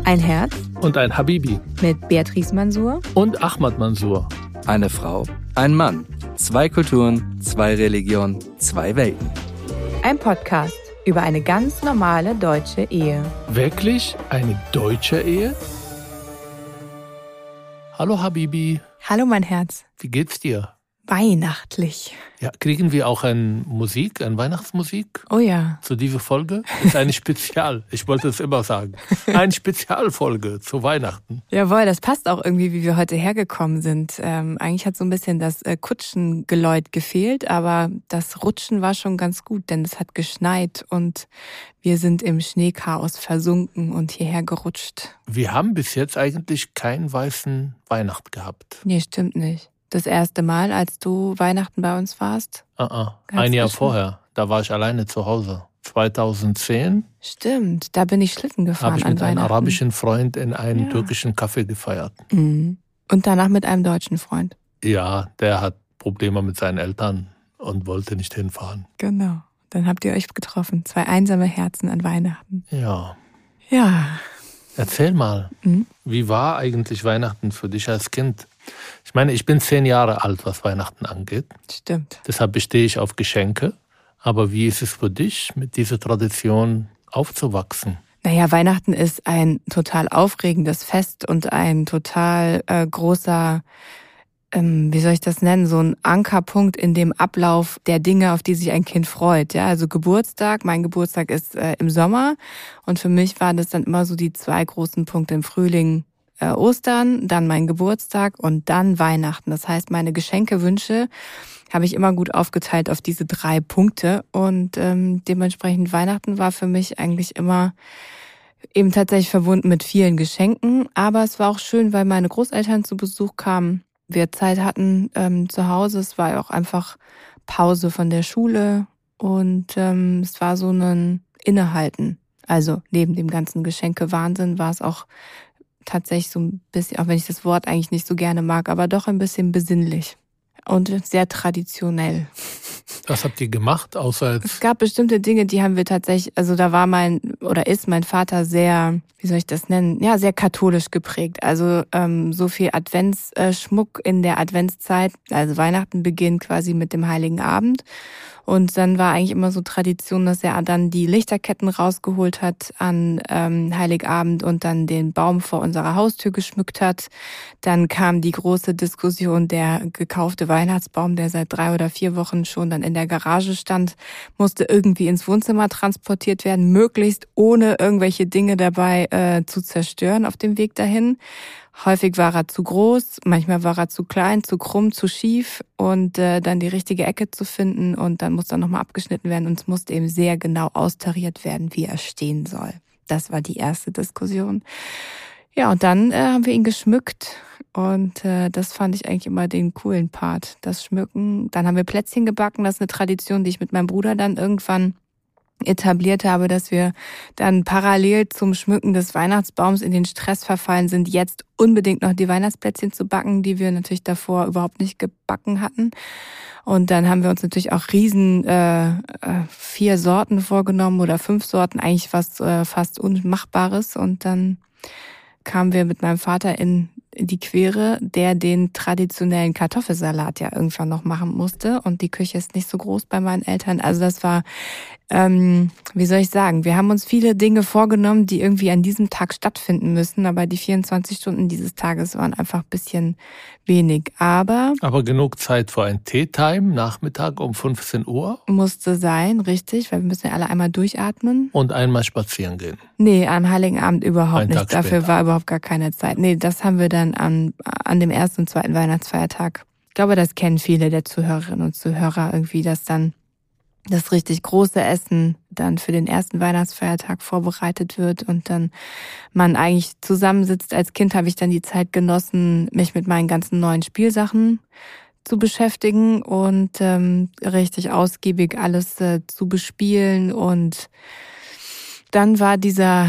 Ein Herz und ein Habibi mit Beatrice Mansour und Ahmad Mansour. Eine Frau, ein Mann, 2 Kulturen, 2 Religionen, 2 Welten. Ein Podcast über eine ganz normale deutsche Ehe. Wirklich eine deutsche Ehe? Hallo Habibi. Hallo mein Herz. Wie geht's dir? Weihnachtlich. Ja, kriegen wir auch eine Weihnachtsmusik? Oh ja. Zu dieser Folge? Ist eine Spezial. Ich wollte es immer sagen. Eine Spezialfolge zu Weihnachten. Jawohl, das passt auch irgendwie, wie wir heute hergekommen sind. Eigentlich hat so ein bisschen das Kutschengeläut gefehlt, aber das Rutschen war schon ganz gut, denn es hat geschneit und wir sind im Schneechaos versunken und hierher gerutscht. Wir haben bis jetzt eigentlich keinen weißen Weihnacht gehabt. Nee, stimmt nicht. Das erste Mal, als du Weihnachten bei uns warst? Ein Jahr vorher. Da war ich alleine zu Hause. 2010. Stimmt, da bin ich Schlitten gefahren habe ich mit einem arabischen Freund in einem türkischen Café gefeiert. Mhm. Und danach mit einem deutschen Freund. Ja, der hat Probleme mit seinen Eltern und wollte nicht hinfahren. Genau. Dann habt ihr euch getroffen. 2 einsame Herzen an Weihnachten. Ja. Ja. Erzähl mal, wie war eigentlich Weihnachten für dich als Kind? Ich meine, ich bin 10 Jahre alt, was Weihnachten angeht. Stimmt. Deshalb bestehe ich auf Geschenke. Aber wie ist es für dich, mit dieser Tradition aufzuwachsen? Naja, Weihnachten ist ein total aufregendes Fest und ein total großer, wie soll ich das nennen, so ein Ankerpunkt in dem Ablauf der Dinge, auf die sich ein Kind freut. Ja, also Geburtstag, mein Geburtstag ist im Sommer und für mich waren das dann immer so die 2 großen Punkte im Frühling. Ostern, dann mein Geburtstag und dann Weihnachten. Das heißt, meine Geschenkewünsche habe ich immer gut aufgeteilt auf diese 3 Punkte und dementsprechend Weihnachten war für mich eigentlich immer eben tatsächlich verbunden mit vielen Geschenken. Aber es war auch schön, weil meine Großeltern zu Besuch kamen, wir Zeit hatten zu Hause. Es war ja auch einfach Pause von der Schule und es war so ein Innehalten. Also neben dem ganzen Geschenke-Wahnsinn war es auch tatsächlich so ein bisschen, auch wenn ich das Wort eigentlich nicht so gerne mag, aber doch ein bisschen besinnlich und sehr traditionell. Was habt ihr gemacht, außer Es gab bestimmte Dinge, die haben wir tatsächlich, also da war ist mein Vater sehr, wie soll ich das nennen, ja, sehr katholisch geprägt. Also so viel Adventsschmuck in der Adventszeit, also Weihnachten beginnt quasi mit dem Heiligen Abend. Und dann war eigentlich immer so Tradition, dass er dann die Lichterketten rausgeholt hat an Heiligabend und dann den Baum vor unserer Haustür geschmückt hat. Dann kam die große Diskussion, der gekaufte Weihnachtsbaum, der seit 3 oder 4 Wochen schon dann in der Garage stand, musste irgendwie ins Wohnzimmer transportiert werden, möglichst ohne irgendwelche Dinge dabei zu zerstören auf dem Weg dahin. Häufig war er zu groß, manchmal war er zu klein, zu krumm, zu schief und dann die richtige Ecke zu finden und dann musste er nochmal abgeschnitten werden und es musste eben sehr genau austariert werden, wie er stehen soll. Das war die erste Diskussion. Ja, und dann haben wir ihn geschmückt und das fand ich eigentlich immer den coolen Part, das Schmücken. Dann haben wir Plätzchen gebacken, das ist eine Tradition, die ich mit meinem Bruder dann irgendwann etabliert habe, dass wir dann parallel zum Schmücken des Weihnachtsbaums in den Stress verfallen sind, jetzt unbedingt noch die Weihnachtsplätzchen zu backen, die wir natürlich davor überhaupt nicht gebacken hatten. Und dann haben wir uns natürlich auch 4 Sorten vorgenommen oder 5 Sorten, eigentlich fast Unmachbares. Und dann kamen wir mit meinem Vater in die Quere, der den traditionellen Kartoffelsalat ja irgendwann noch machen musste. Und die Küche ist nicht so groß bei meinen Eltern. Also das war, wie soll ich sagen, wir haben uns viele Dinge vorgenommen, die irgendwie an diesem Tag stattfinden müssen. Aber die 24 Stunden dieses Tages waren einfach ein bisschen wenig. Aber genug Zeit für ein Tea-Time, Nachmittag um 15 Uhr? Musste sein, richtig, weil wir müssen ja alle einmal durchatmen. Und einmal spazieren gehen? Nee, am Heiligen Abend überhaupt Einen nicht. Tag Dafür später. war überhaupt gar keine Zeit. Nee, das haben wir dann an dem 1. und 2. Weihnachtsfeiertag. Ich glaube, das kennen viele der Zuhörerinnen und Zuhörer irgendwie, dass dann das richtig große Essen dann für den 1. Weihnachtsfeiertag vorbereitet wird und dann man eigentlich zusammensitzt. Als Kind habe ich dann die Zeit genossen, mich mit meinen ganzen neuen Spielsachen zu beschäftigen und richtig ausgiebig alles zu bespielen. Und dann war dieser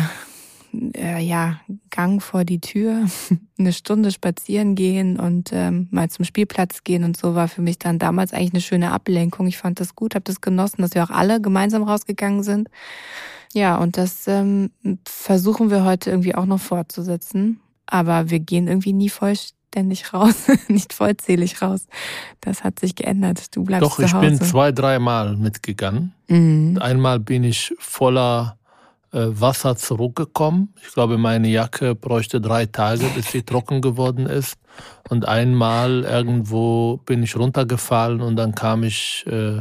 Gang vor die Tür, 1 Stunde spazieren gehen und mal zum Spielplatz gehen und so war für mich dann damals eigentlich eine schöne Ablenkung. Ich fand das gut, habe das genossen, dass wir auch alle gemeinsam rausgegangen sind. Ja, und das versuchen wir heute irgendwie auch noch fortzusetzen. Aber wir gehen irgendwie nie vollständig raus, nicht vollzählig raus. Das hat sich geändert. Du bleibst Doch, zu Hause. ich bin 2-3 Mal mitgegangen. Einmal bin ich voller Wasser zurückgekommen. Ich glaube, meine Jacke bräuchte 3 Tage, bis sie trocken geworden ist. Und einmal irgendwo bin ich runtergefallen und dann kam ich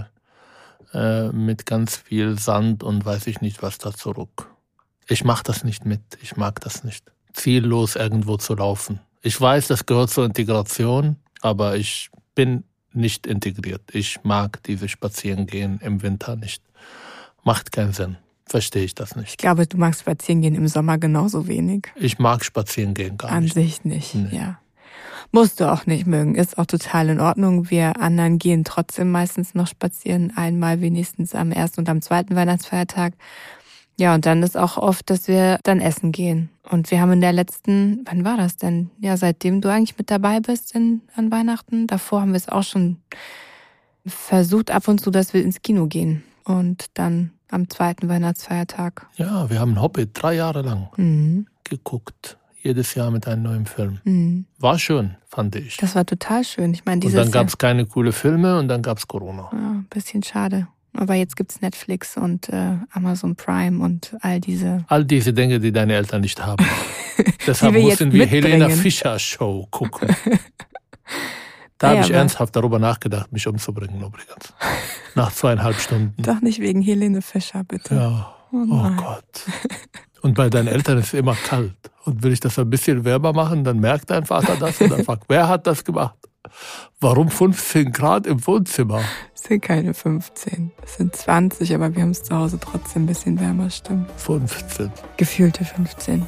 mit ganz viel Sand und weiß ich nicht was da zurück. Ich mache das nicht mit. Ich mag das nicht. Ziellos irgendwo zu laufen. Ich weiß, das gehört zur Integration, aber ich bin nicht integriert. Ich mag diese Spazierengehen im Winter nicht. Macht keinen Sinn. Verstehe ich das nicht. Ich glaube, du magst Spazierengehen im Sommer genauso wenig. Ich mag Spazierengehen gar nicht. An sich nicht, Nee. ja. Musst du auch nicht mögen, ist auch total in Ordnung. Wir anderen gehen trotzdem meistens noch spazieren, einmal wenigstens am 1. und am 2. Weihnachtsfeiertag. Ja, und dann ist auch oft, dass wir dann essen gehen. Und wir haben in der letzten, wann war das denn? Ja, seitdem du eigentlich mit dabei bist an Weihnachten. Davor haben wir es auch schon versucht ab und zu, dass wir ins Kino gehen. Und dann am 2. Weihnachtsfeiertag. Ja, wir haben Hobbit 3 Jahre lang geguckt. Jedes Jahr mit einem neuen Film. War schön, fand ich. Das war total schön. Ich meine, Und dieses dann gab es keine coole Filme und dann gab es Corona. Ja, ein bisschen schade. Aber jetzt gibt's Netflix und Amazon Prime und all diese. All diese Dinge, die deine Eltern nicht haben. Deshalb wir mussten jetzt wir mitbringen. Helena Fischer Show gucken. Da habe ich ernsthaft darüber nachgedacht, mich umzubringen übrigens. Nach 2,5 Stunden. Doch nicht wegen Helene Fischer, bitte. Ja, Oh oh nein. Gott. Und bei deinen Eltern ist es immer kalt. Und will ich das ein bisschen wärmer machen, dann merkt dein Vater das und dann fragt, wer hat das gemacht? Warum 15 Grad im Wohnzimmer? Es sind keine 15, es sind 20, aber wir haben es zu Hause trotzdem ein bisschen wärmer, stimmt. 15. Gefühlte 15.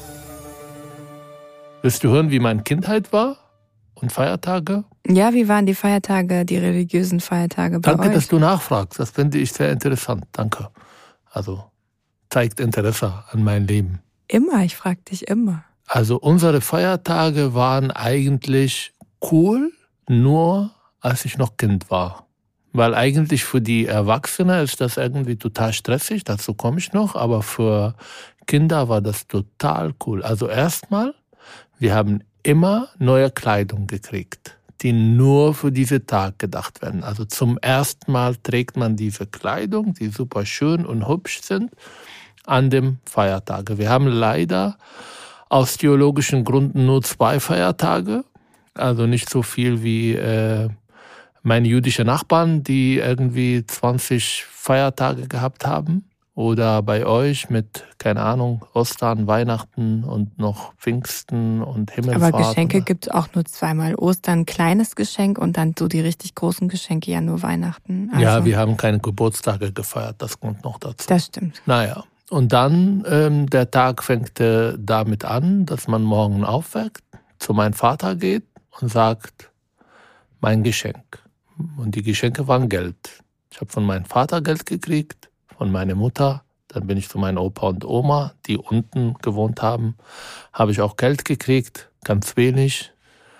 Willst du hören, wie meine Kindheit war? Und Feiertage? Ja, wie waren die Feiertage, die religiösen Feiertage bei Danke, euch? dass du nachfragst. Das finde ich sehr interessant. Danke. Also, zeigt Interesse an mein Leben. Immer, ich frage dich immer. Also, unsere Feiertage waren eigentlich cool, nur als ich noch Kind war. Weil eigentlich für die Erwachsenen ist das irgendwie total stressig, dazu komme ich noch, aber für Kinder war das total cool. Also erstmal, wir haben immer neue Kleidung gekriegt, die nur für diesen Tag gedacht werden. Also zum ersten Mal trägt man diese Kleidung, die super schön und hübsch sind, an dem Feiertage. Wir haben leider aus theologischen Gründen nur 2 Feiertage, also nicht so viel wie meine jüdischen Nachbarn, die irgendwie 20 Feiertage gehabt haben. Oder bei euch mit, keine Ahnung, Ostern, Weihnachten und noch Pfingsten und Himmelfahrt. Aber Geschenke gibt's auch nur zweimal. Ostern, kleines Geschenk und dann so die richtig großen Geschenke ja nur Weihnachten. Also, ja, wir haben keine Geburtstage gefeiert, das kommt noch dazu. Das stimmt. Naja, und dann, der Tag fängt damit an, dass man morgen aufweckt, zu meinem Vater geht und sagt, mein Geschenk. Und die Geschenke waren Geld. Ich habe von meinem Vater Geld gekriegt, von meiner Mutter. Dann bin ich zu meinem Opa und Oma, die unten gewohnt haben. Habe ich auch Geld gekriegt, ganz wenig.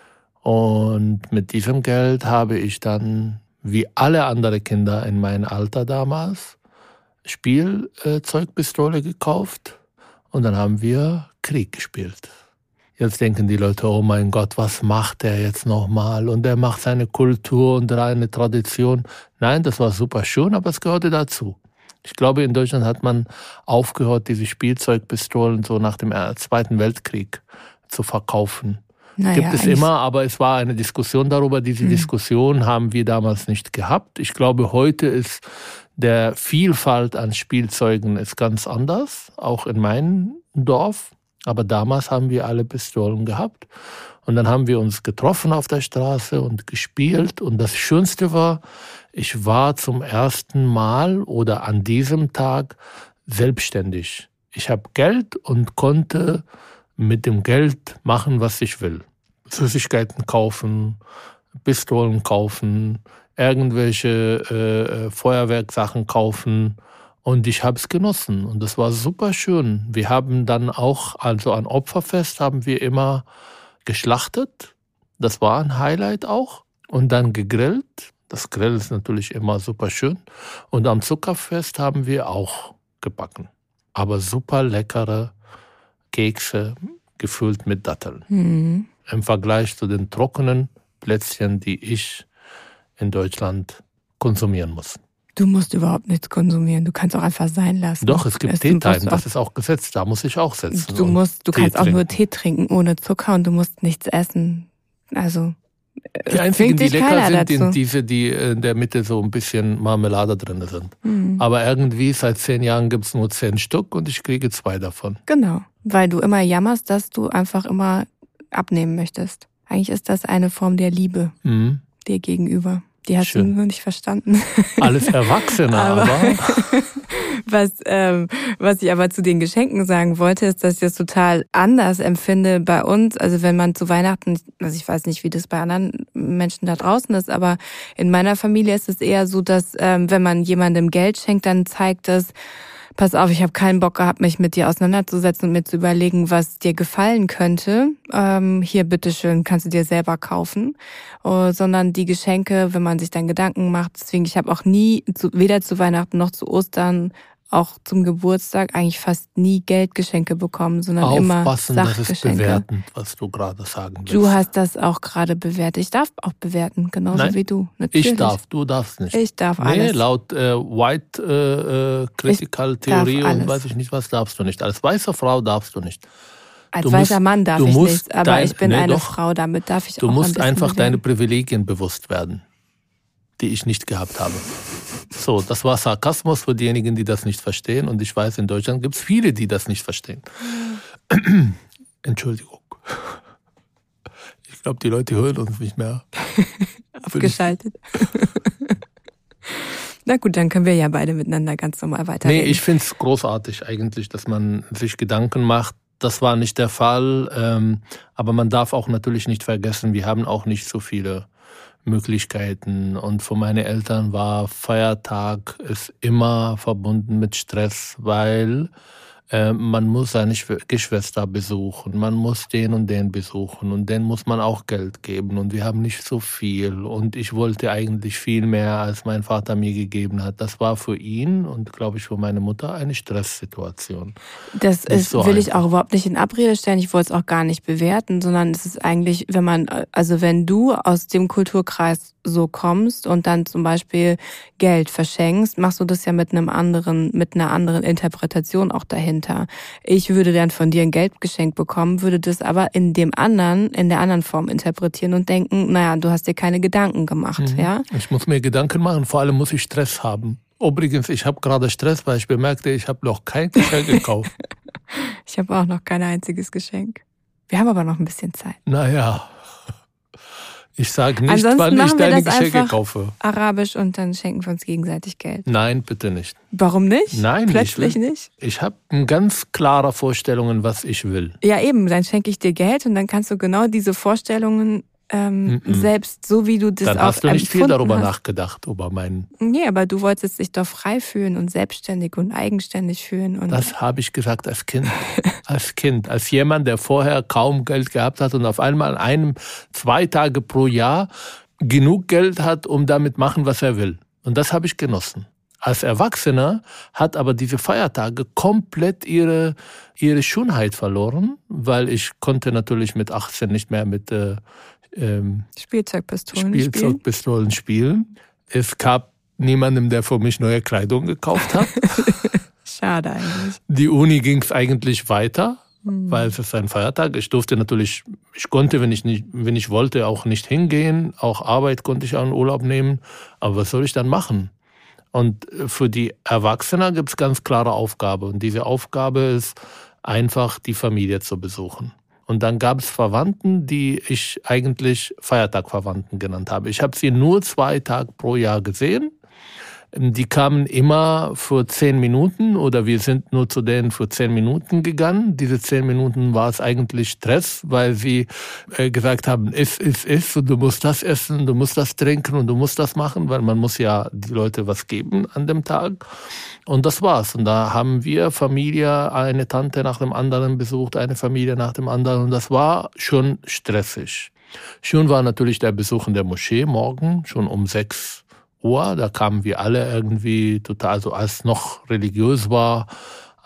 Und mit diesem Geld habe ich dann, wie alle anderen Kinder in meinem Alter damals, Spielzeugpistole gekauft. Und dann haben wir Krieg gespielt. Jetzt denken die Leute, oh mein Gott, was macht der jetzt nochmal? Und er macht seine Kultur und seine Tradition. Nein, das war super schön, aber es gehörte dazu. Ich glaube, in Deutschland hat man aufgehört, diese Spielzeugpistolen so nach dem Zweiten Weltkrieg zu verkaufen. Naja, Gibt es immer, aber es war eine Diskussion darüber. Diese Diskussion haben wir damals nicht gehabt. Ich glaube, heute ist der Vielfalt an Spielzeugen ist ganz anders, auch in meinem Dorf. Aber damals haben wir alle Pistolen gehabt. Und dann haben wir uns getroffen auf der Straße und gespielt. Und das Schönste war, ich war zum ersten Mal oder an diesem Tag selbstständig. Ich habe Geld und konnte mit dem Geld machen, was ich will. Süßigkeiten kaufen, Pistolen kaufen, irgendwelche Feuerwerksachen kaufen. Und ich habe es genossen und das war super schön. Wir haben dann auch, also an Opferfest haben wir immer geschlachtet. Das war ein Highlight auch. Und dann gegrillt. Das Grill ist natürlich immer super schön. Und am Zuckerfest haben wir auch gebacken. aber super leckere Kekse gefüllt mit Datteln. Im Vergleich zu den trockenen Plätzchen, die ich in Deutschland konsumieren muss. Du musst überhaupt nichts konsumieren. Du kannst auch einfach sein lassen. Doch, es gibt Teetime, das ist auch gesetzt. Da muss ich auch setzen. Du kannst auch nur Tee trinken ohne Zucker und du musst nichts essen. Also die einzigen, die lecker sind, sind diese, die in der Mitte so ein bisschen Marmelade drin sind. Aber irgendwie seit 10 Jahren gibt es nur 10 Stück und ich kriege 2 davon. Genau, weil du immer jammerst, dass du einfach immer abnehmen möchtest. Eigentlich ist das eine Form der Liebe dir gegenüber. Die hast du nur nicht verstanden. Alles Erwachsene, aber was ich aber zu den Geschenken sagen wollte, ist, dass ich das total anders empfinde bei uns. Also wenn man zu Weihnachten, also ich weiß nicht, wie das bei anderen Menschen da draußen ist, aber in meiner Familie ist es eher so, dass wenn man jemandem Geld schenkt, dann zeigt das, pass auf, ich habe keinen Bock gehabt, mich mit dir auseinanderzusetzen und mir zu überlegen, was dir gefallen könnte. Hier, bitteschön, kannst du dir selber kaufen. Sondern die Geschenke, wenn man sich dann Gedanken macht. Deswegen, ich habe auch nie, weder zu Weihnachten noch zu Ostern, auch zum Geburtstag eigentlich fast nie Geldgeschenke bekommen, sondern immer Sachgeschenke. Das ist bewertend, was du gerade sagen willst. Du hast das auch gerade bewertet. Ich darf auch bewerten, genauso wie du. Natürlich. Ich darf, du darfst nicht. Ich darf alles. Nee, laut White Critical Theorie und weiß ich nicht, was darfst du nicht. Als weiße Frau darfst du nicht. Als weißer Mann darf ich nichts, aber ich bin eine Frau, damit darf ich auch ein bisschen. Du musst einfach deine Privilegien bewusst werden, die ich nicht gehabt habe. So, das war Sarkasmus für diejenigen, die das nicht verstehen. Und ich weiß, in Deutschland gibt es viele, die das nicht verstehen. Entschuldigung. Ich glaube, die Leute hören uns nicht mehr. Abgeschaltet. Na gut, dann können wir ja beide miteinander ganz normal weiterreden. Nee, ich finde es großartig eigentlich, dass man sich Gedanken macht. Das war nicht der Fall. Aber man darf auch natürlich nicht vergessen, wir haben auch nicht so viele Möglichkeiten. Und für meine Eltern war Feiertag ist immer verbunden mit Stress, weil man muss seine Geschwister besuchen, man muss den und den besuchen und den muss man auch Geld geben und wir haben nicht so viel und ich wollte eigentlich viel mehr, als mein Vater mir gegeben hat. Das war für ihn und glaube ich für meine Mutter eine Stresssituation. Das ist, will ich auch überhaupt nicht in Abrede stellen, ich wollte es auch gar nicht bewerten, sondern es ist eigentlich, wenn du aus dem Kulturkreis so kommst und dann zum Beispiel Geld verschenkst, machst du das ja mit einer anderen Interpretation auch dahinter. Ich würde dann von dir ein Geldgeschenk bekommen, würde das aber in der anderen Form interpretieren und denken, naja, du hast dir keine Gedanken gemacht, ja? Ich muss mir Gedanken machen, vor allem muss ich Stress haben. Übrigens, ich habe gerade Stress, weil ich bemerkte, ich habe noch kein Geschenk gekauft. Ich habe auch noch kein einziges Geschenk. Wir haben aber noch ein bisschen Zeit. Naja. Ich sage nicht, wann ich deine Geschenke kaufe. Arabisch und dann schenken wir uns gegenseitig Geld. Nein, bitte nicht. Warum nicht? Nein, plötzlich nicht. Ich habe ganz klare Vorstellungen, was ich will. Ja eben, dann schenke ich dir Geld und dann kannst du genau diese Vorstellungen selbst, so wie du das auch empfunden hast. Dann hast du nicht viel darüber nachgedacht, über meinen... Nee, aber du wolltest dich doch frei fühlen und selbstständig und eigenständig fühlen. Und das habe ich gesagt als Kind. Als jemand, der vorher kaum Geld gehabt hat und auf einmal 2 Tage pro Jahr genug Geld hat, um damit machen, was er will. Und das habe ich genossen. Als Erwachsener hat aber diese Feiertage komplett ihre Schönheit verloren, weil ich konnte natürlich mit 18 nicht mehr mit Spielzeugpistolen spielen. Es gab niemanden, der für mich neue Kleidung gekauft hat. Schade eigentlich. Die Uni ging es eigentlich weiter, weil es ist ein Feiertag. Ich konnte, wenn ich wollte, auch nicht hingehen. Auch Arbeit konnte ich auch in Urlaub nehmen. Aber was soll ich dann machen? Und für die Erwachsenen gibt es ganz klare Aufgabe. Und diese Aufgabe ist einfach, die Familie zu besuchen. Und dann gab es Verwandten, die ich eigentlich Feiertagverwandten genannt habe. Ich habe sie nur 2 Tage pro Jahr gesehen. Die kamen immer für 10 Minuten oder wir sind nur zu denen für 10 Minuten gegangen. Diese 10 Minuten war es eigentlich Stress, weil sie gesagt haben, iss und du musst das essen, du musst das trinken und du musst das machen, weil man muss ja die Leute was geben an dem Tag. Und das war's. Und da haben wir Familie, eine Tante nach dem anderen besucht, eine Familie nach dem anderen. Und das war schon stressig. Schön war natürlich der Besuch in der Moschee morgen, schon um 6 Uhr. Da kamen wir alle irgendwie total, also als noch religiös war,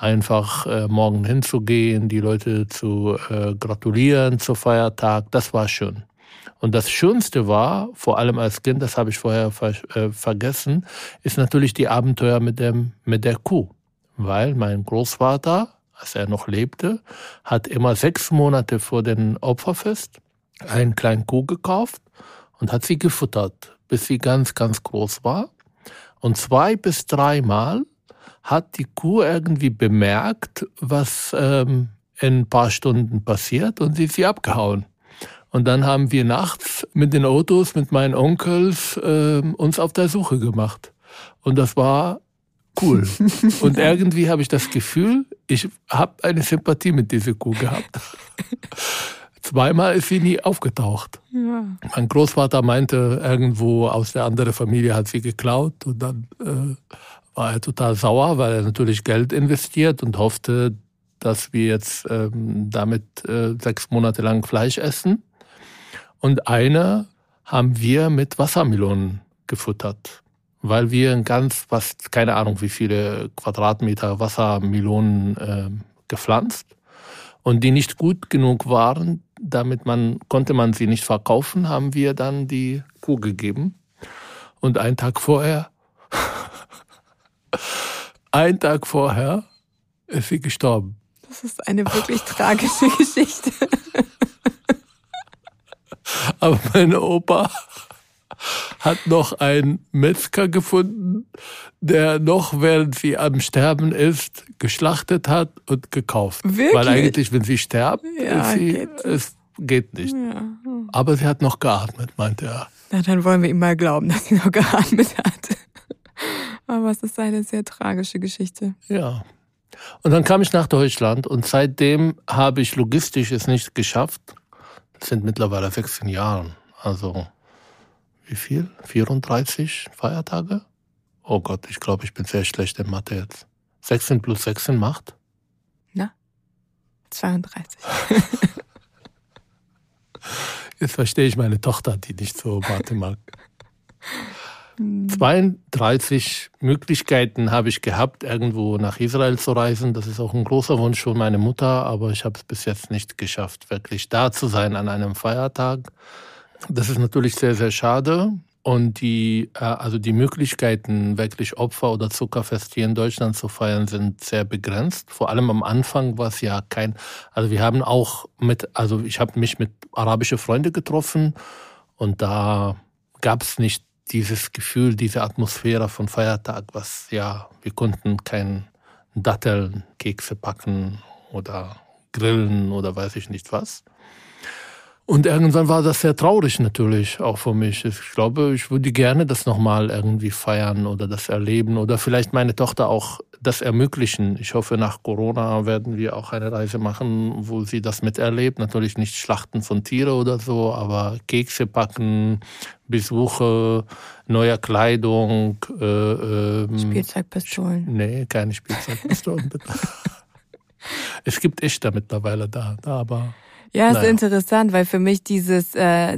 einfach morgen hinzugehen, die Leute zu gratulieren zu Feiertag, das war schön. Und das Schönste war, vor allem als Kind, das habe ich vorher vergessen, ist natürlich die Abenteuer mit der Kuh. Weil mein Großvater, als er noch lebte, hat immer 6 Monate vor dem Opferfest einen kleinen Kuh gekauft und hat sie gefuttert, bis sie ganz, ganz groß war. Und 2 bis 3 Mal hat die Kuh irgendwie bemerkt, was in ein paar Stunden passiert, und sie ist sie abgehauen. Und dann haben wir nachts mit den Autos, mit meinen Onkels, uns auf der Suche gemacht. Und das war cool. Und irgendwie habe ich das Gefühl, ich habe eine Sympathie mit dieser Kuh gehabt. 2-mal ist sie nie aufgetaucht. Ja. Mein Großvater meinte, irgendwo aus der anderen Familie hat sie geklaut. Und dann war er total sauer, weil er natürlich Geld investiert und hoffte, dass wir jetzt damit 6 Monate lang Fleisch essen. Und eine haben wir mit Wassermelonen gefuttert, weil wir keine Ahnung wie viele Quadratmeter Wassermelonen gepflanzt, und die nicht gut genug waren, konnte man sie nicht verkaufen, haben wir dann die Kuh gegeben. Und einen Tag vorher ist sie gestorben. Das ist eine wirklich tragische Geschichte. Aber mein Opa hat noch einen Metzger gefunden, der noch, während sie am Sterben ist, geschlachtet hat und gekauft. Wirklich? Weil eigentlich, wenn sie sterben, ja, es geht nicht. Ja. Aber sie hat noch geatmet, meinte er. Na, dann wollen wir ihm mal glauben, dass sie noch geatmet hat. Aber es ist eine sehr tragische Geschichte. Ja. Und dann kam ich nach Deutschland, und seitdem habe ich logistisch es nicht geschafft. Das sind mittlerweile 16 Jahre. Also, wie viel? 34 Feiertage? Oh Gott, ich glaube, ich bin sehr schlecht in Mathe jetzt. 16 plus 16 macht? Na? 32. Jetzt verstehe ich meine Tochter, die nicht so Mathe mag. 32 Möglichkeiten habe ich gehabt, irgendwo nach Israel zu reisen. Das ist auch ein großer Wunsch von meiner Mutter, aber ich habe es bis jetzt nicht geschafft, wirklich da zu sein an einem Feiertag. Das ist natürlich sehr, sehr schade. Und die Möglichkeiten, wirklich Opfer- oder Zuckerfest hier in Deutschland zu feiern, sind sehr begrenzt. Vor allem am Anfang war es ja wir haben auch ich habe mich mit arabischen Freunden getroffen, und da gab es nicht dieses Gefühl, diese Atmosphäre von Feiertag, wir konnten kein Datteln, Kekse backen oder grillen oder weiß ich nicht was. Und irgendwann war das sehr traurig natürlich auch für mich. Ich glaube, ich würde gerne das nochmal irgendwie feiern oder das erleben oder vielleicht meine Tochter auch das ermöglichen. Ich hoffe, nach Corona werden wir auch eine Reise machen, wo sie das miterlebt. Natürlich nicht Schlachten von Tieren oder so, aber Kekse backen, Besuche, neue Kleidung. Spielzeugpistolen. Nee, keine Spielzeugpistolen. Es gibt echte mittlerweile da aber... Ja, ist interessant, weil für mich dieses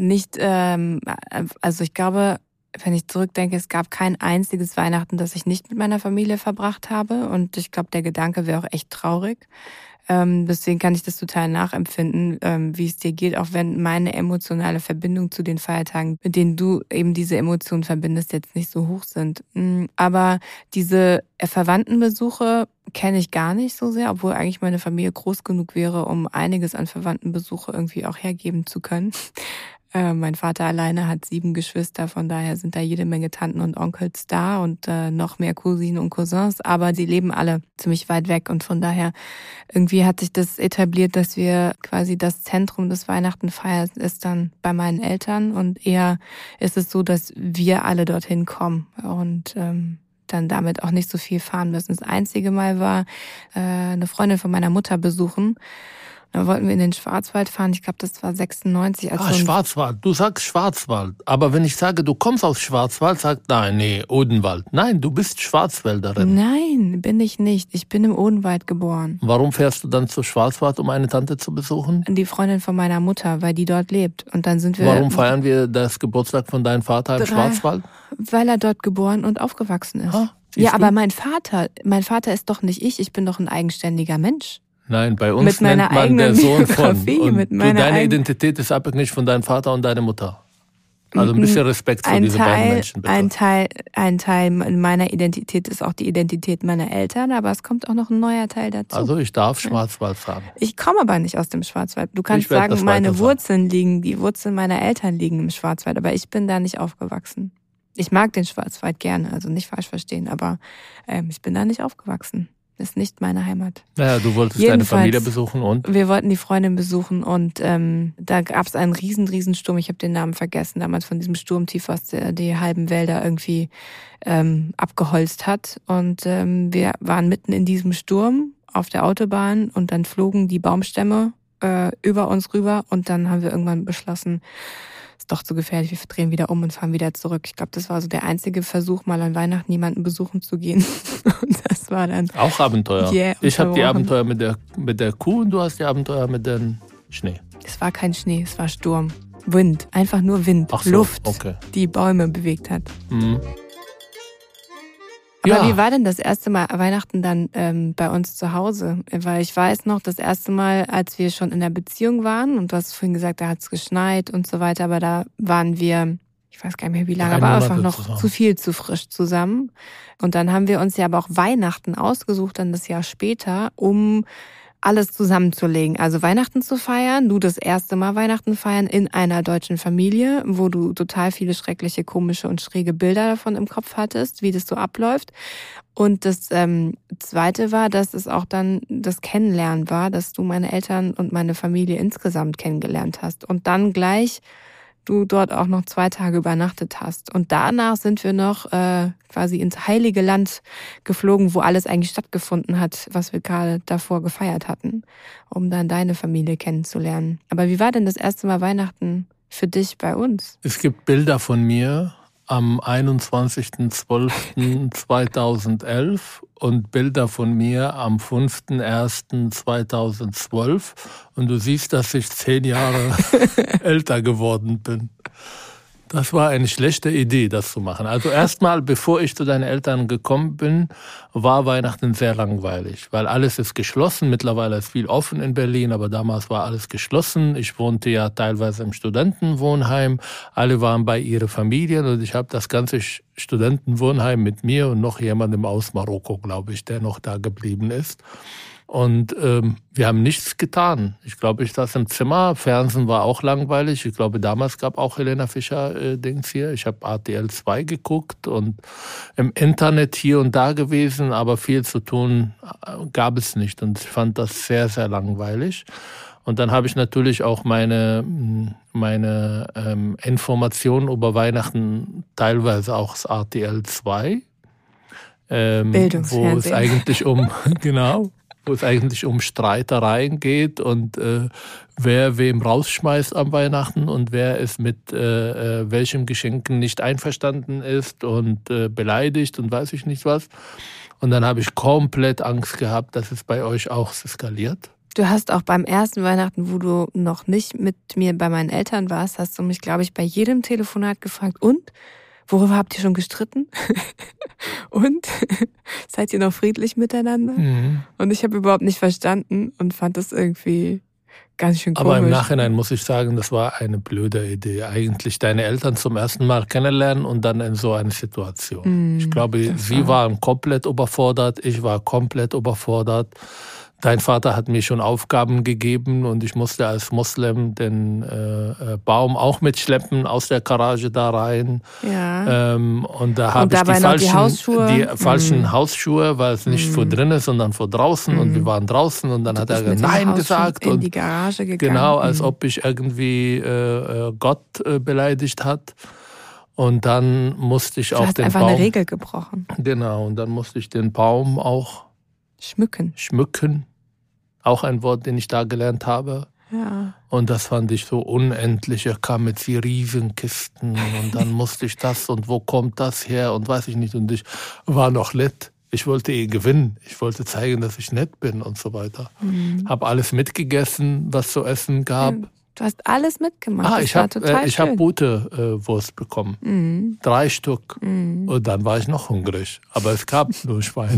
ich glaube, wenn ich zurückdenke, es gab kein einziges Weihnachten, das ich nicht mit meiner Familie verbracht habe, und ich glaube, der Gedanke wäre auch echt traurig. Deswegen kann ich das total nachempfinden, wie es dir geht, auch wenn meine emotionale Verbindung zu den Feiertagen, mit denen du eben diese Emotionen verbindest, jetzt nicht so hoch sind. Aber diese Verwandtenbesuche kenne ich gar nicht so sehr, obwohl eigentlich meine Familie groß genug wäre, um einiges an Verwandtenbesuche irgendwie auch hergeben zu können. Mein Vater alleine hat 7 Geschwister, von daher sind da jede Menge Tanten und Onkels da und noch mehr Cousinen und Cousins, aber die leben alle ziemlich weit weg, und von daher irgendwie hat sich das etabliert, dass wir quasi das Zentrum des Weihnachtenfeiers ist dann bei meinen Eltern, und eher ist es so, dass wir alle dorthin kommen und dann damit auch nicht so viel fahren müssen. Das einzige Mal war eine Freundin von meiner Mutter besuchen. Da wollten wir in den Schwarzwald fahren. Ich glaube, das war 96. Schwarzwald. Du sagst Schwarzwald. Aber wenn ich sage, du kommst aus Schwarzwald, sagt Odenwald. Nein, du bist Schwarzwälderin. Nein, bin ich nicht. Ich bin im Odenwald geboren. Warum fährst du dann zu Schwarzwald, um eine Tante zu besuchen? Die Freundin von meiner Mutter, weil die dort lebt. Und dann sind wir. Warum feiern wir das Geburtstag von deinem Vater im Schwarzwald? Weil er dort geboren und aufgewachsen ist. Ja, aber mein Vater ist doch nicht ich bin doch ein eigenständiger Mensch. Nein, bei uns nennt man der Sohn von. Und deine Identität ist abhängig von deinem Vater und deiner Mutter. Also ein bisschen Respekt vor diesen beiden Menschen, bitte. Ein Teil meiner Identität ist auch die Identität meiner Eltern, aber es kommt auch noch ein neuer Teil dazu. Also ich darf Schwarzwald sagen. Ich komme aber nicht aus dem Schwarzwald. Du kannst sagen, die Wurzeln meiner Eltern liegen im Schwarzwald, aber ich bin da nicht aufgewachsen. Ich mag den Schwarzwald gerne, also nicht falsch verstehen, aber ich bin da nicht aufgewachsen. Das ist nicht meine Heimat. Naja, du wolltest deine Familie besuchen und? Wir wollten die Freundin besuchen und da gab es einen riesen Sturm. Ich habe den Namen vergessen, damals von diesem Sturmtief, was die halben Wälder irgendwie abgeholzt hat. Und wir waren mitten in diesem Sturm auf der Autobahn und dann flogen die Baumstämme über uns rüber und dann haben wir irgendwann beschlossen, ist doch zu gefährlich, wir drehen wieder um und fahren wieder zurück. Ich glaube, das war so der einzige Versuch, mal an Weihnachten jemanden besuchen zu gehen. Und das war dann auch Abenteuer. Ich habe die Abenteuer mit der Kuh und du hast die Abenteuer mit dem Schnee. Es war kein Schnee, es war Sturm. Wind, einfach nur Wind, so, Luft, okay. Die Bäume bewegt hat. Mhm. Aber wie war denn das erste Mal Weihnachten dann bei uns zu Hause? Weil ich weiß noch, das erste Mal, als wir schon in der Beziehung waren, und du hast vorhin gesagt, da hat es geschneit und so weiter, aber da waren wir, ich weiß gar nicht mehr wie lange, aber einfach noch zusammen. zu frisch zusammen. Und dann haben wir uns ja aber auch Weihnachten ausgesucht, dann das Jahr später, um alles zusammenzulegen. Also Weihnachten zu feiern, du das erste Mal Weihnachten feiern in einer deutschen Familie, wo du total viele schreckliche, komische und schräge Bilder davon im Kopf hattest, wie das so abläuft. Und das Zweite war, dass es auch dann das Kennenlernen war, dass du meine Eltern und meine Familie insgesamt kennengelernt hast. Und dann gleich du dort auch noch 2 Tage übernachtet hast. Und danach sind wir noch quasi ins Heilige Land geflogen, wo alles eigentlich stattgefunden hat, was wir gerade davor gefeiert hatten, um dann deine Familie kennenzulernen. Aber wie war denn das erste Mal Weihnachten für dich bei uns? Es gibt Bilder von mir am 21.12.2011 und Bilder von mir am 5.1.2012 und du siehst, dass ich 10 Jahre älter geworden bin. Das war eine schlechte Idee, das zu machen. Also erstmal, bevor ich zu deinen Eltern gekommen bin, war Weihnachten sehr langweilig, weil alles ist geschlossen. Mittlerweile ist viel offen in Berlin, aber damals war alles geschlossen. Ich wohnte ja teilweise im Studentenwohnheim. Alle waren bei ihren Familien und ich habe das ganze Studentenwohnheim mit mir und noch jemandem aus Marokko, glaube ich, der noch da geblieben ist. Und wir haben nichts getan. Ich glaube, ich saß im Zimmer. Fernsehen war auch langweilig. Ich glaube, damals gab auch Helene Fischer Dings hier. Ich habe RTL 2 geguckt und im Internet hier und da gewesen, aber viel zu tun gab es nicht. Und ich fand das sehr, sehr langweilig. Und dann habe ich natürlich auch meine Informationen über Weihnachten teilweise auch aus RTL 2, wo es eigentlich wo es eigentlich um Streitereien geht und wer wem rausschmeißt am Weihnachten und wer es mit welchem Geschenken nicht einverstanden ist und beleidigt und weiß ich nicht was. Und dann habe ich komplett Angst gehabt, dass es bei euch auch eskaliert. Du hast auch beim ersten Weihnachten, wo du noch nicht mit mir bei meinen Eltern warst, hast du mich, glaube ich, bei jedem Telefonat gefragt, und? Worüber habt ihr schon gestritten? Und? Seid ihr noch friedlich miteinander? Mhm. Und ich habe überhaupt nicht verstanden und fand das irgendwie ganz schön komisch. Aber im Nachhinein muss ich sagen, das war eine blöde Idee. Eigentlich deine Eltern zum ersten Mal kennenlernen und dann in so eine Situation. Ich glaube, sie waren komplett überfordert, ich war komplett überfordert. Dein Vater hat mir schon Aufgaben gegeben und ich musste als Moslem den Baum auch mitschleppen aus der Garage da rein. Ja. Und da habe ich die falschen Hausschuhe, weil es nicht vor drinnen, sondern vor draußen. Und wir waren draußen und dann hat er Nein gesagt. In die Garage gegangen. Genau, als ob ich irgendwie Gott beleidigt hat. Und dann musste ich auch den Baum... Du hast einfach eine Regel gebrochen. Genau, und dann musste ich den Baum auch schmücken. Auch ein Wort, den ich da gelernt habe. Ja. Und das fand ich so unendlich. Er kam mit so Riesenkisten und dann musste ich das und wo kommt das her und weiß ich nicht. Und ich war noch nett. Ich wollte gewinnen. Ich wollte zeigen, dass ich nett bin und so weiter. Hab alles mitgegessen, was zu essen gab. Du hast alles mitgemacht. Ich habe gute Wurst bekommen. 3 Stück. Und dann war ich noch hungrig. Aber es gab nur Schwein.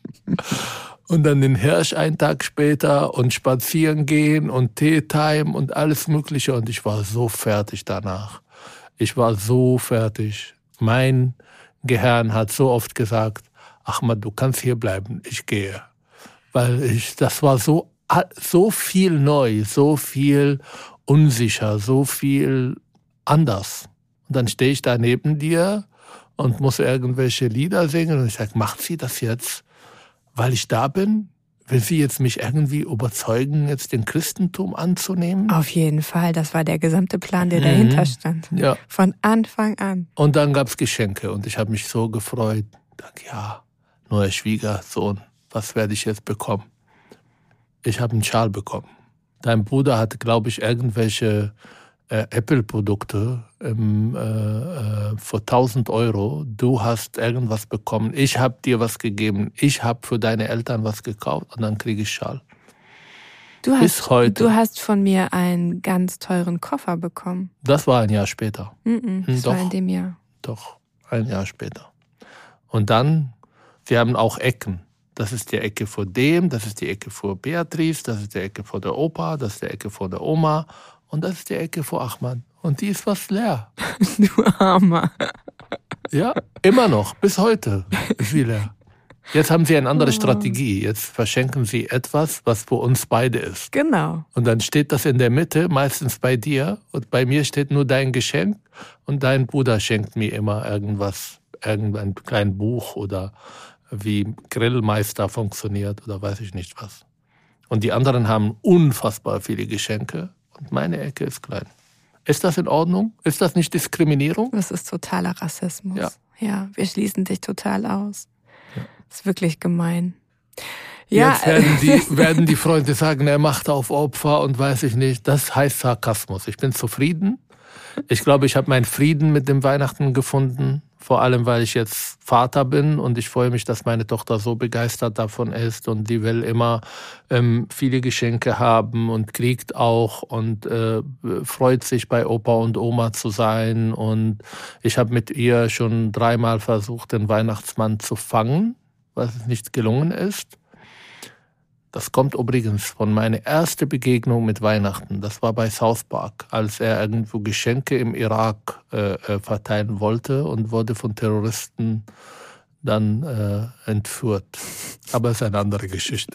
Und dann den Hirsch einen Tag später und spazieren gehen und Teetime und alles Mögliche. Und ich war so fertig danach. Ich war so fertig. Mein Gehirn hat so oft gesagt, Ahmad, du kannst hier bleiben, ich gehe. Weil das war so viel neu, so viel unsicher, so viel anders. Und dann stehe ich da neben dir und muss irgendwelche Lieder singen und ich sage, macht sie das jetzt, weil ich da bin? Will sie jetzt mich irgendwie überzeugen, jetzt den Christentum anzunehmen? Auf jeden Fall, das war der gesamte Plan, der dahinter stand. Ja. Von Anfang an. Und dann gab's Geschenke und ich habe mich so gefreut. Dachte, ja, neuer Schwiegersohn, was werde ich jetzt bekommen? Ich habe einen Schal bekommen. Dein Bruder hatte, glaube ich, irgendwelche Apple-Produkte für 1.000 Euro. Du hast irgendwas bekommen. Ich habe dir was gegeben. Ich habe für deine Eltern was gekauft und dann kriege ich Schal. Bis heute. Du hast von mir einen ganz teuren Koffer bekommen. Das war ein Jahr später. Das war in dem Jahr. Doch, ein Jahr später. Und dann, sie haben auch Ecken. Das ist die Ecke vor dem, das ist die Ecke vor Beatrice, das ist die Ecke vor der Opa, das ist die Ecke vor der Oma und das ist die Ecke vor Ahmad. Und die ist fast leer. Du Armer. Ja, immer noch, bis heute ist sie leer. Jetzt haben sie eine andere Strategie. Jetzt verschenken sie etwas, was für uns beide ist. Genau. Und dann steht das in der Mitte, meistens bei dir. Und bei mir steht nur dein Geschenk. Und dein Bruder schenkt mir immer irgendwas, irgendein kleines Buch oder wie Grillmeister funktioniert oder weiß ich nicht was. Und die anderen haben unfassbar viele Geschenke und meine Ecke ist klein. Ist das in Ordnung? Ist das nicht Diskriminierung? Das ist totaler Rassismus. Ja, wir schließen dich total aus. Ja. Das ist wirklich gemein. Ja. Jetzt werden die Freunde sagen, er macht auf Opfer und weiß ich nicht. Das heißt Sarkasmus. Ich bin zufrieden. Ich glaube, ich habe meinen Frieden mit dem Weihnachten gefunden. Vor allem, weil ich jetzt Vater bin und ich freue mich, dass meine Tochter so begeistert davon ist und die will immer viele Geschenke haben und kriegt auch und freut sich, bei Opa und Oma zu sein. Und ich habe mit ihr schon 3-mal versucht, den Weihnachtsmann zu fangen, was nicht gelungen ist. Das kommt übrigens von meiner ersten Begegnung mit Weihnachten. Das war bei South Park, als er irgendwo Geschenke im Irak verteilen wollte und wurde von Terroristen dann entführt. Aber es ist eine andere Geschichte.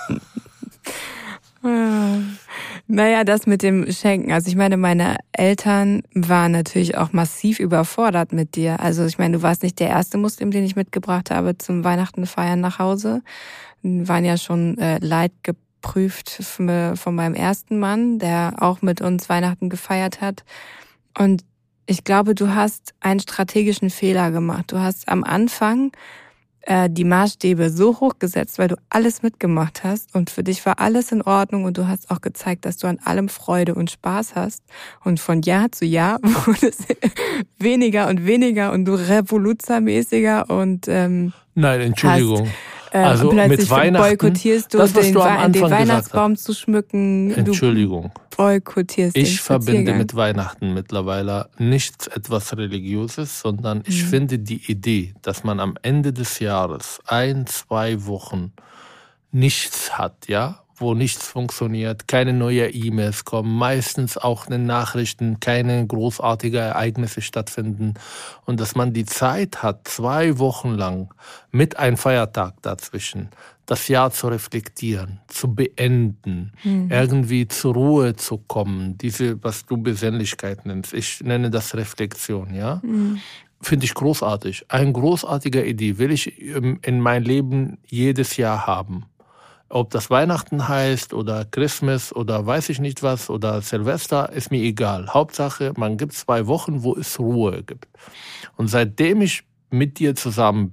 Naja, das mit dem Schenken. Also ich meine, meine Eltern waren natürlich auch massiv überfordert mit dir. Also ich meine, du warst nicht der erste Muslim, den ich mitgebracht habe zum Weihnachten feiern nach Hause. Wir waren ja schon leidgeprüft von meinem ersten Mann, der auch mit uns Weihnachten gefeiert hat. Und ich glaube, du hast einen strategischen Fehler gemacht. Du hast am Anfang die Maßstäbe so hoch gesetzt, weil du alles mitgemacht hast und für dich war alles in Ordnung und du hast auch gezeigt, dass du an allem Freude und Spaß hast. Und von Jahr zu Jahr wurde es weniger und weniger und du revoluzermäßiger und Nein, Entschuldigung. Also mit Weihnachten boykottierst du, das, den Weihnachtsbaum zu schmücken. Entschuldigung. Du boykottierst Ich verbinde mit Weihnachten mittlerweile nichts etwas Religiöses, sondern ich finde die Idee, dass man am Ende des Jahres 1-2 Wochen nichts hat, ja, wo nichts funktioniert, keine neuen E-Mails kommen, meistens auch in den Nachrichten keine großartigen Ereignisse stattfinden und dass man die Zeit hat, 2 Wochen lang mit einem Feiertag dazwischen, das Jahr zu reflektieren, zu beenden, irgendwie zur Ruhe zu kommen, diese, was du Besinnlichkeit nennst, ich nenne das Reflexion, ja. Finde ich großartig. Eine großartige Idee will ich in mein Leben jedes Jahr haben. Ob das Weihnachten heißt oder Christmas oder weiß ich nicht was oder Silvester, ist mir egal. Hauptsache, man gibt 2 Wochen, wo es Ruhe gibt. Und seitdem ich mit dir zusammen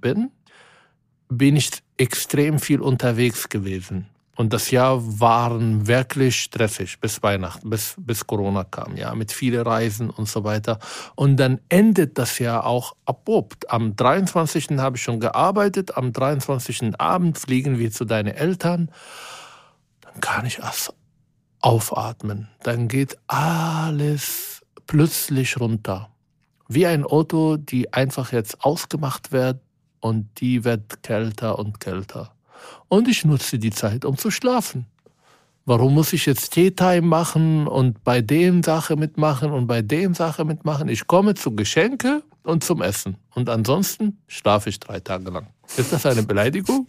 bin ich extrem viel unterwegs gewesen. Und das Jahr waren wirklich stressig bis Weihnachten, bis Corona kam, ja, mit vielen Reisen und so weiter. Und dann endet das Jahr auch abrupt. Am 23. habe ich schon gearbeitet, am 23. Abend fliegen wir zu deinen Eltern. Dann kann ich aufatmen. Dann geht alles plötzlich runter. Wie ein Auto, die einfach jetzt ausgemacht wird und die wird kälter und kälter. Und ich nutze die Zeit, um zu schlafen. Warum muss ich jetzt Tea-Time machen und bei dem Sache mitmachen und bei dem Sache mitmachen? Ich komme zu Geschenke und zum Essen. Und ansonsten schlafe ich 3 Tage lang. Ist das eine Beleidigung?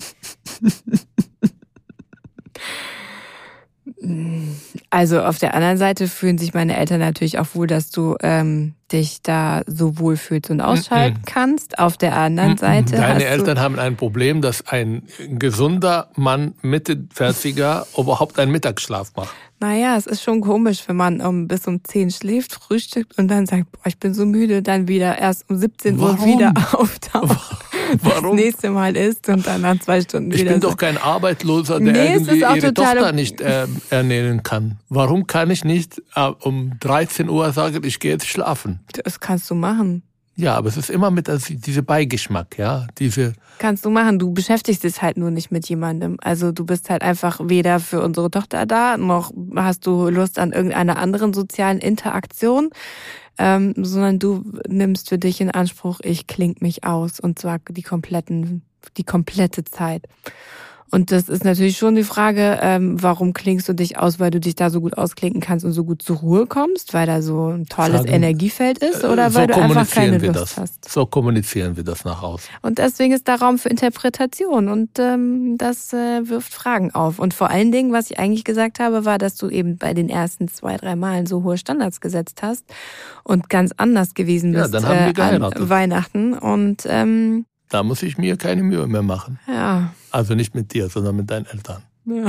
Also auf der anderen Seite fühlen sich meine Eltern natürlich auch wohl, dass du dich da so wohlfühlst und ausschalten kannst. Auf der anderen Seite Deine Eltern haben ein Problem, dass ein gesunder Mann Mitte 40er überhaupt einen Mittagsschlaf macht. Naja, es ist schon komisch, wenn man bis um 10 schläft, frühstückt und dann sagt, boah, ich bin so müde, dann wieder erst um 17 Uhr wieder auftaucht. Warum? Das nächste Mal isst und dann nach 2 Stunden wieder. Ich bin doch kein Arbeitsloser, der irgendwie ihre Tochter nicht ernähren kann. Warum kann ich nicht um 13 Uhr sagen, ich gehe jetzt schlafen? Das kannst du machen. Ja, aber es ist immer mit diese Beigeschmack, ja, Kannst du machen. Du beschäftigst dich halt nur nicht mit jemandem. Also du bist halt einfach weder für unsere Tochter da, noch hast du Lust an irgendeiner anderen sozialen Interaktion, sondern du nimmst für dich in Anspruch, ich klinge mich aus, und zwar die komplette Zeit. Und das ist natürlich schon die Frage, warum klingst du dich aus, weil du dich da so gut ausklinken kannst und so gut zur Ruhe kommst, weil da so ein tolles Energiefeld ist, oder so weil du einfach keine Lust hast? So kommunizieren wir das nach außen. Und deswegen ist da Raum für Interpretation, und das wirft Fragen auf. Und vor allen Dingen, was ich eigentlich gesagt habe, war, dass du eben bei den ersten 2, 3 Malen so hohe Standards gesetzt hast und ganz anders gewesen bist dann haben wir geheiratet. An Weihnachten. Und da muss ich mir keine Mühe mehr machen. Ja. Also nicht mit dir, sondern mit deinen Eltern. Ja.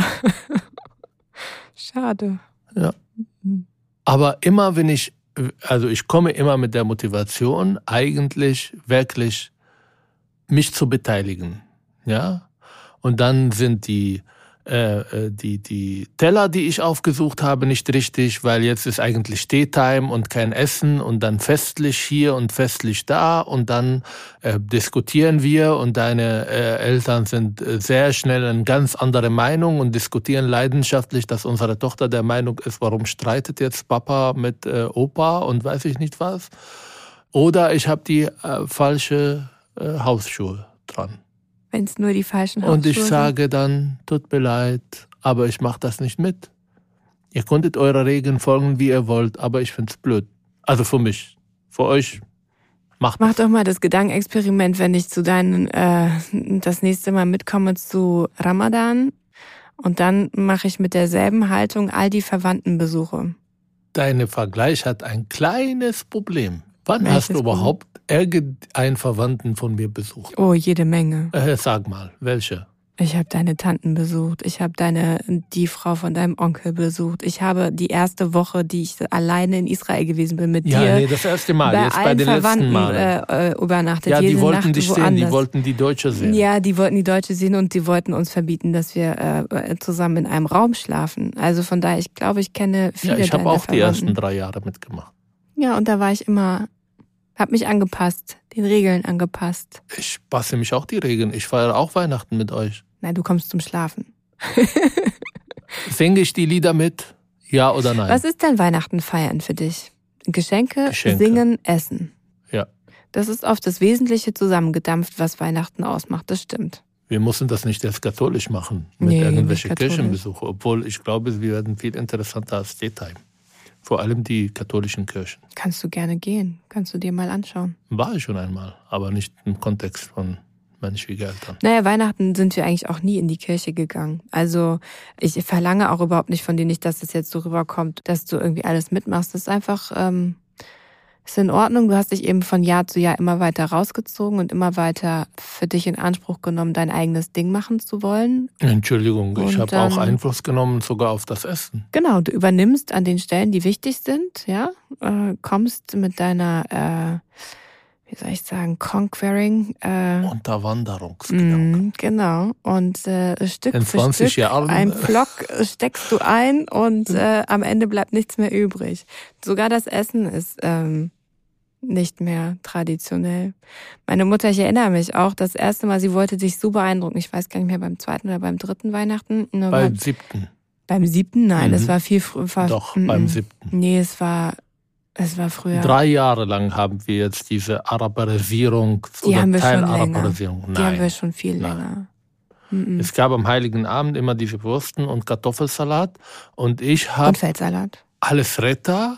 Schade. Ja. Aber immer ich komme immer mit der Motivation, eigentlich wirklich mich zu beteiligen. Ja? Und dann sind die Teller, die ich aufgesucht habe, nicht richtig, weil jetzt ist eigentlich Tea-Time und kein Essen und dann festlich hier und festlich da und dann diskutieren wir und deine Eltern sind sehr schnell in ganz andere Meinung und diskutieren leidenschaftlich, dass unsere Tochter der Meinung ist, warum streitet jetzt Papa mit Opa und weiß ich nicht was. Oder ich habe die falsche Hausschuhe dran. Wenn es nur die falschen Hausschuhe Und ich sage dann, tut mir leid, aber ich mache das nicht mit. Ihr konntet eurer Regeln folgen, wie ihr wollt, aber ich find's blöd. Also für mich. Für euch, Mach doch mal das Gedankenexperiment, wenn ich zu deinen, das nächste Mal mitkomme zu Ramadan, und dann mache ich mit derselben Haltung all die Verwandtenbesuche. Dein Vergleich hat ein kleines Problem. Wann hast du überhaupt irgendeinen Verwandten von mir besucht? Oh, jede Menge. Sag mal, welche? Ich habe deine Tanten besucht. Ich habe die Frau von deinem Onkel besucht. Ich habe die erste Woche, die ich alleine in Israel gewesen bin mit dir. Ja, nee, das erste Mal, jetzt bei den letzten Malen. Übernachtet. Ja, die wollten Nacht dich woanders sehen, die wollten die Deutsche sehen. Ja, die wollten die Deutsche sehen und die wollten uns verbieten, dass wir zusammen in einem Raum schlafen. Also von daher, ich glaube, ich kenne viele deiner Verwandten. Ja, ich habe auch die ersten 3 Jahre mitgemacht. Ja, und da war ich immer... Hab mich angepasst, den Regeln angepasst. Ich passe mich auch die Regeln. Ich feiere auch Weihnachten mit euch. Nein, du kommst zum Schlafen. Singe ich die Lieder mit? Ja oder nein? Was ist denn Weihnachten feiern für dich? Geschenke, singen, essen. Ja. Das ist oft das Wesentliche zusammengedampft, was Weihnachten ausmacht. Das stimmt. Wir müssen das nicht erst katholisch machen, mit irgendwelchen Kirchenbesuchen. Obwohl ich glaube, wir werden viel interessanter als Tea-Time. Vor allem die katholischen Kirchen. Kannst du gerne gehen. Kannst du dir mal anschauen. War ich schon einmal, aber nicht im Kontext von meinen Schwiegereltern. Naja, Weihnachten sind wir eigentlich auch nie in die Kirche gegangen. Also ich verlange auch überhaupt nicht von dir nicht, dass es jetzt so rüberkommt, dass du irgendwie alles mitmachst. Das ist einfach, ist in Ordnung. Du hast dich eben von Jahr zu Jahr immer weiter rausgezogen und immer weiter für dich in Anspruch genommen, dein eigenes Ding machen zu wollen. Entschuldigung, ich habe auch Einfluss genommen, sogar auf das Essen. Genau, du übernimmst an den Stellen, die wichtig sind, ja, kommst mit deiner, wie soll ich sagen, Conquering. Unterwanderungsgedanken. Genau, und Stück für Stück ein Pflock steckst du ein und am Ende bleibt nichts mehr übrig. Sogar das Essen ist nicht mehr traditionell. Meine Mutter, ich erinnere mich auch, das erste Mal, sie wollte dich so beeindrucken, ich weiß gar nicht mehr, beim 2. oder beim 3. Weihnachten. Beim 7. Beim 7.? Nein, es war viel früher. Doch, beim 7. Nee, es war früher. 3 Jahre lang haben wir jetzt diese Araberisierung oder Teilaraberisierung. Die haben wir schon viel länger. Es gab am Heiligen Abend immer diese Würsten und Kartoffelsalat und ich habe alles Retter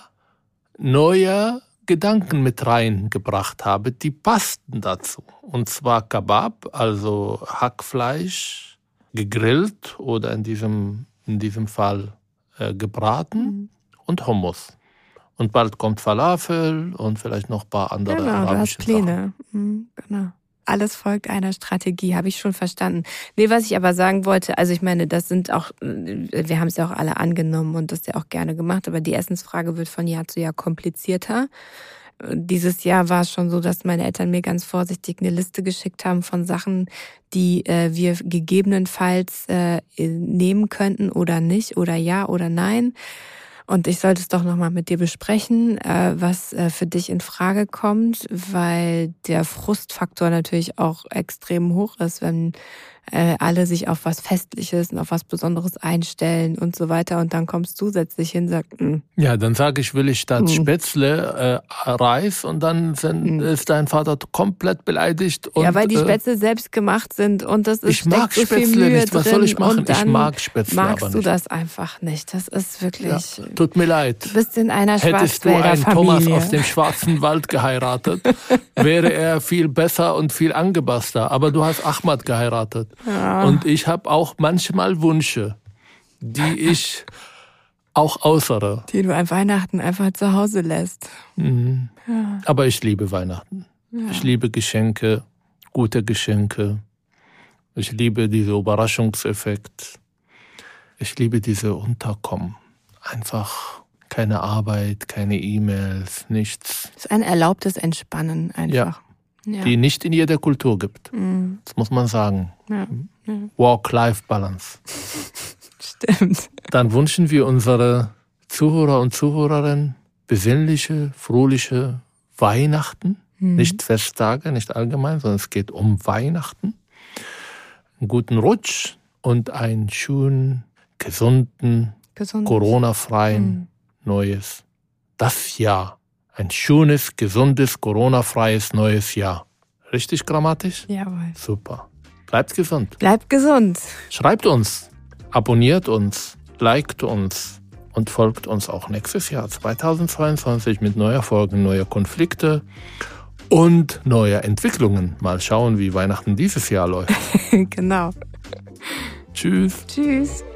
neue Gedanken mit reingebracht habe, die passten dazu. Und zwar Kebab, also Hackfleisch, gegrillt oder in diesem Fall gebraten und Hummus. Und bald kommt Falafel und vielleicht noch ein paar andere arabische Sachen. Genau, du hast Pläne. Genau. Alles folgt einer Strategie, habe ich schon verstanden. Nee, was ich aber sagen wollte, also ich meine, das sind auch, wir haben es ja auch alle angenommen und das ja auch gerne gemacht, aber die Essensfrage wird von Jahr zu Jahr komplizierter. Dieses Jahr war es schon so, dass meine Eltern mir ganz vorsichtig eine Liste geschickt haben von Sachen, die wir gegebenenfalls nehmen könnten oder nicht oder ja oder nein. Und ich sollte es doch nochmal mit dir besprechen, was für dich in Frage kommt, weil der Frustfaktor natürlich auch extrem hoch ist, wenn alle sich auf was Festliches und auf was Besonderes einstellen und so weiter. Und dann kommst du zusätzlich hin und sagst, Ja, dann sage ich, will ich statt Spätzle Reis und dann ist dein Vater komplett beleidigt. Und, ja, weil die Spätzle selbst gemacht sind und das ist ich mag so Spätzle viel Mühe nicht. Was soll ich machen? Ich mag Spätzle aber nicht. Magst du das einfach nicht. Das ist wirklich... Ja, tut mir leid. Du bist in einer Hättest du einen Thomas aus dem Schwarzen Wald geheiratet, wäre er viel besser und viel angepasster. Aber du hast Ahmad geheiratet. Ja. Und ich habe auch manchmal Wünsche, die ich auch äußere. Die du an Weihnachten einfach zu Hause lässt. Mhm. Ja. Aber ich liebe Weihnachten. Ja. Ich liebe Geschenke, gute Geschenke. Ich liebe diesen Überraschungseffekt. Ich liebe diese Unterkommen. Einfach keine Arbeit, keine E-Mails, nichts. Es ist ein erlaubtes Entspannen einfach. Ja. Die nicht in jeder Kultur gibt. Mhm. Das muss man sagen. Ja. Ja. Work-Life-Balance. Stimmt. Dann wünschen wir unsere Zuhörer und Zuhörerinnen besinnliche, fröhliche Weihnachten. Nicht Festtage, nicht allgemein, sondern es geht um Weihnachten. Einen guten Rutsch und einen schönen, gesunden, Corona-freien neues Jahr. Ein schönes, gesundes, Corona-freies neues Jahr. Richtig grammatisch? Jawohl. Super. Bleibt gesund. Bleibt gesund. Schreibt uns, abonniert uns, liked uns und folgt uns auch nächstes Jahr 2022 mit neuer Folgen, neuer Konflikte und neuer Entwicklungen. Mal schauen, wie Weihnachten dieses Jahr läuft. Genau. Tschüss. Tschüss.